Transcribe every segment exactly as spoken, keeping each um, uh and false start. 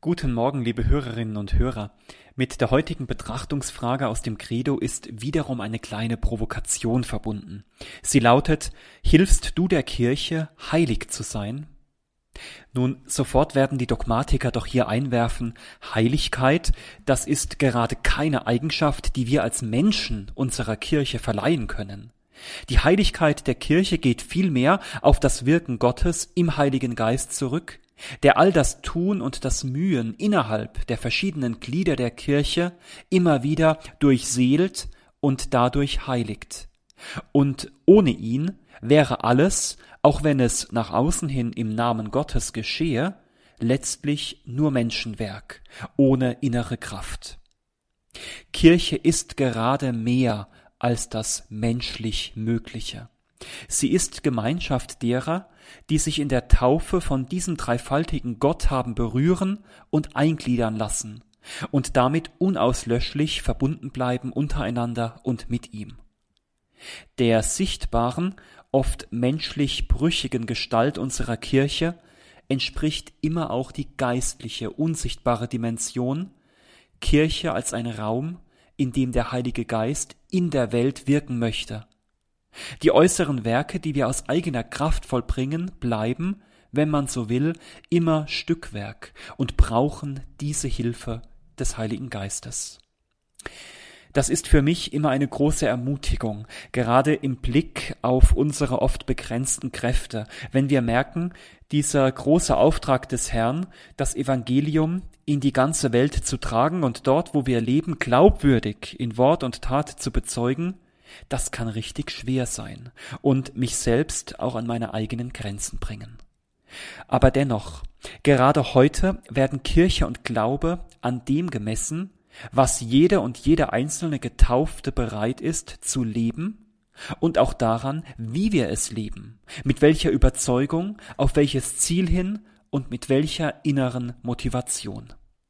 Guten Morgen, liebe Hörerinnen und Hörer. Mit der heutigen Betrachtungsfrage aus dem Credo ist wiederum eine kleine Provokation verbunden. Sie lautet: Hilfst du der Kirche, heilig zu sein? Nun, sofort werden die Dogmatiker doch hier einwerfen: Heiligkeit, das ist gerade keine Eigenschaft, die wir als Menschen unserer Kirche verleihen können. Die Heiligkeit der Kirche geht vielmehr auf das Wirken Gottes im Heiligen Geist zurück, der all das Tun und das Mühen innerhalb der verschiedenen Glieder der Kirche immer wieder durchseelt und dadurch heiligt. Und ohne ihn wäre alles, auch wenn es nach außen hin im Namen Gottes geschehe, letztlich nur Menschenwerk, ohne innere Kraft. Kirche ist gerade mehr als das menschlich Mögliche. Sie ist Gemeinschaft derer, die sich in der Taufe von diesem dreifaltigen Gott haben berühren und eingliedern lassen und damit unauslöschlich verbunden bleiben untereinander und mit ihm. Der sichtbaren, oft menschlich brüchigen Gestalt unserer Kirche entspricht immer auch die geistliche, unsichtbare Dimension, Kirche als ein Raum, in dem der Heilige Geist in der Welt wirken möchte. Die äußeren Werke, die wir aus eigener Kraft vollbringen, bleiben, wenn man so will, immer Stückwerk und brauchen diese Hilfe des Heiligen Geistes. Das ist für mich immer eine große Ermutigung, gerade im Blick auf unsere oft begrenzten Kräfte, wenn wir merken, dieser große Auftrag des Herrn, das Evangelium in die ganze Welt zu tragen und dort, wo wir leben, glaubwürdig in Wort und Tat zu bezeugen, das kann richtig schwer sein und mich selbst auch an meine eigenen Grenzen bringen. Aber dennoch, gerade heute werden Kirche und Glaube an dem gemessen, was jede und jeder einzelne Getaufte bereit ist zu leben und auch daran, wie wir es leben, mit welcher Überzeugung, auf welches Ziel hin und mit welcher inneren Motivation.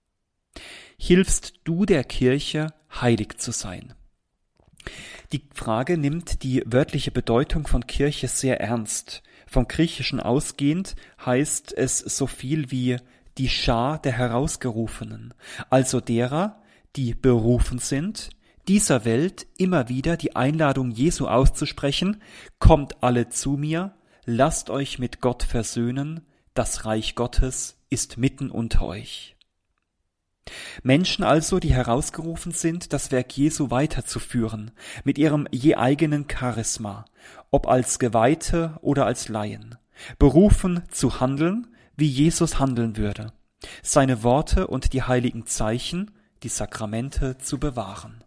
Hilfst du der Kirche, heilig zu sein? Die Frage nimmt die wörtliche Bedeutung von Kirche sehr ernst. Vom Griechischen ausgehend heißt es so viel wie die Schar der Herausgerufenen, also derer, die berufen sind, dieser Welt immer wieder die Einladung Jesu auszusprechen: Kommt alle zu mir, lasst euch mit Gott versöhnen, das Reich Gottes ist mitten unter euch. Menschen also, die herausgerufen sind, das Werk Jesu weiterzuführen, mit ihrem je eigenen Charisma, ob als Geweihte oder als Laien, berufen zu handeln, wie Jesus handeln würde, seine Worte und die heiligen Zeichen, die Sakramente zu bewahren.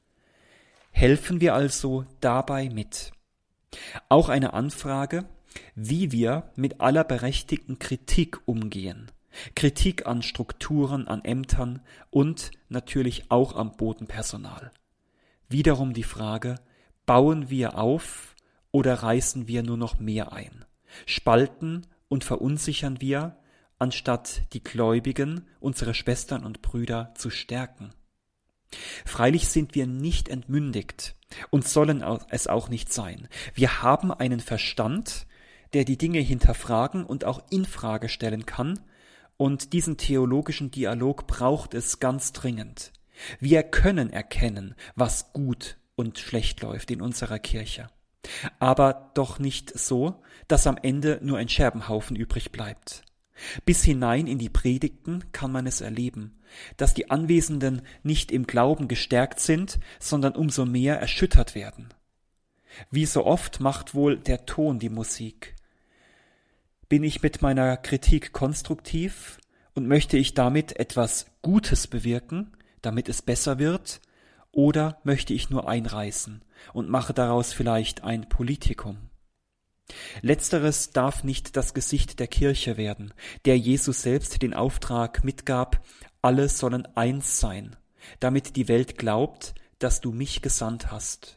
Helfen wir also dabei mit. Auch eine Anfrage, wie wir mit aller berechtigten Kritik umgehen. Kritik an Strukturen, an Ämtern und natürlich auch am Bodenpersonal. Wiederum die Frage: Bauen wir auf oder reißen wir nur noch mehr ein? Spalten und verunsichern wir, anstatt die Gläubigen, unsere Schwestern und Brüder, zu stärken? Freilich sind wir nicht entmündigt und sollen es auch nicht sein. Wir haben einen Verstand, der die Dinge hinterfragen und auch in Frage stellen kann, und diesen theologischen Dialog braucht es ganz dringend. Wir können erkennen, was gut und schlecht läuft in unserer Kirche, aber doch nicht so, dass am Ende nur ein Scherbenhaufen übrig bleibt. Bis hinein in die Predigten kann man es erleben, dass die Anwesenden nicht im Glauben gestärkt sind, sondern umso mehr erschüttert werden. Wie so oft macht wohl der Ton die Musik. Bin ich mit meiner Kritik konstruktiv und möchte ich damit etwas Gutes bewirken, damit es besser wird, oder möchte ich nur einreißen und mache daraus vielleicht ein Politikum? Letzteres darf nicht das Gesicht der Kirche werden, der Jesus selbst den Auftrag mitgab: Alle sollen eins sein, damit die Welt glaubt, dass du mich gesandt hast.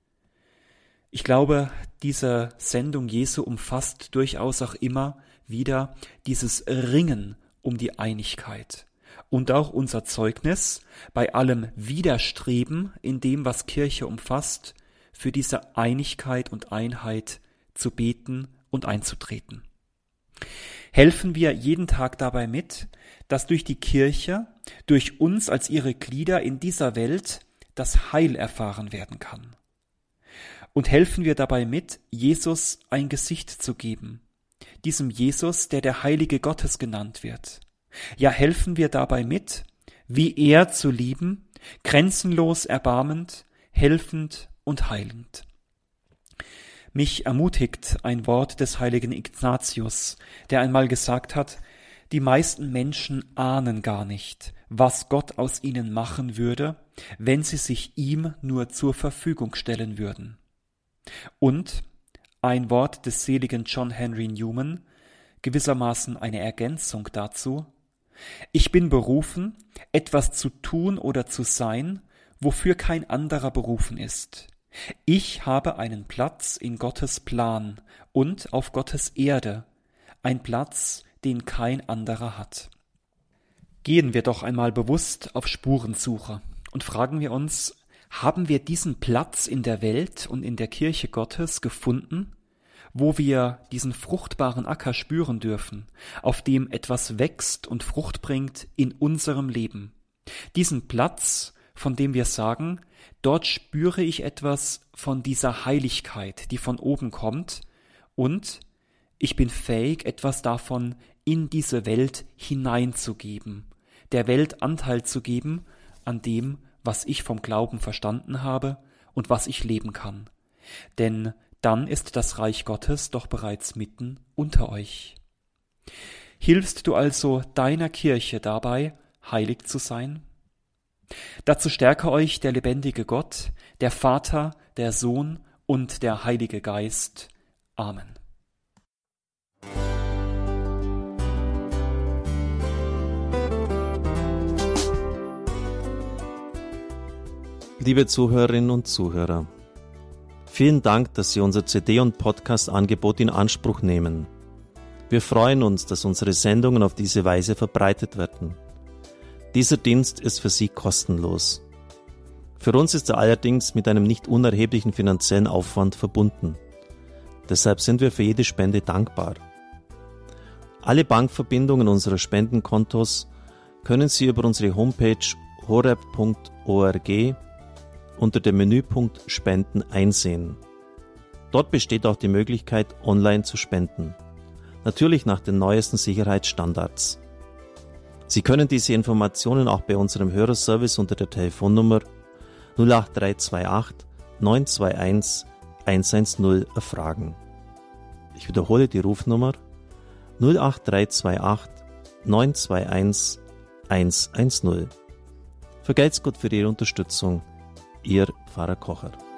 Ich glaube, diese Sendung Jesu umfasst durchaus auch immer wieder dieses Ringen um die Einigkeit und auch unser Zeugnis bei allem Widerstreben in dem, was Kirche umfasst, für diese Einigkeit und Einheit zu beten und einzutreten. Helfen wir jeden Tag dabei mit, dass durch die Kirche, durch uns als ihre Glieder in dieser Welt das Heil erfahren werden kann. Und helfen wir dabei mit, Jesus ein Gesicht zu geben, diesem Jesus, der der Heilige Gottes genannt wird. Ja, helfen wir dabei mit, wie er zu lieben, grenzenlos erbarmend, helfend und heilend. Mich ermutigt ein Wort des heiligen Ignatius, der einmal gesagt hat, die meisten Menschen ahnen gar nicht, was Gott aus ihnen machen würde, wenn sie sich ihm nur zur Verfügung stellen würden. Und ein Wort des seligen John Henry Newman, gewissermaßen eine Ergänzung dazu: Ich bin berufen, etwas zu tun oder zu sein, wofür kein anderer berufen ist. Ich habe einen Platz in Gottes Plan und auf Gottes Erde, ein Platz, den kein anderer hat. Gehen wir doch einmal bewusst auf Spurensuche und fragen wir uns, haben wir diesen Platz in der Welt und in der Kirche Gottes gefunden, wo wir diesen fruchtbaren Acker spüren dürfen, auf dem etwas wächst und Frucht bringt in unserem Leben. Diesen Platz, von dem wir sagen, dort spüre ich etwas von dieser Heiligkeit, die von oben kommt, und ich bin fähig, etwas davon in diese Welt hineinzugeben, der Welt Anteil zu geben an dem, was ich vom Glauben verstanden habe und was ich leben kann. Denn dann ist das Reich Gottes doch bereits mitten unter euch. Hilfst du also deiner Kirche dabei, heilig zu sein? Dazu stärke euch der lebendige Gott, der Vater, der Sohn und der Heilige Geist. Amen. Liebe Zuhörerinnen und Zuhörer, vielen Dank, dass Sie unser C D- und Podcast-Angebot in Anspruch nehmen. Wir freuen uns, dass unsere Sendungen auf diese Weise verbreitet werden. Dieser Dienst ist für Sie kostenlos. Für uns ist er allerdings mit einem nicht unerheblichen finanziellen Aufwand verbunden. Deshalb sind wir für jede Spende dankbar. Alle Bankverbindungen unserer Spendenkontos können Sie über unsere Homepage horeb punkt org unter dem Menüpunkt Spenden einsehen. Dort besteht auch die Möglichkeit, online zu spenden. Natürlich nach den neuesten Sicherheitsstandards. Sie können diese Informationen auch bei unserem Hörerservice unter der Telefonnummer null acht drei zwei acht neun zwei eins eins eins null erfragen. Ich wiederhole die Rufnummer null acht drei zwei acht neun zwei eins eins eins null. Vergelt's Gott für Ihre Unterstützung. Ihr Pfarrer Kocher.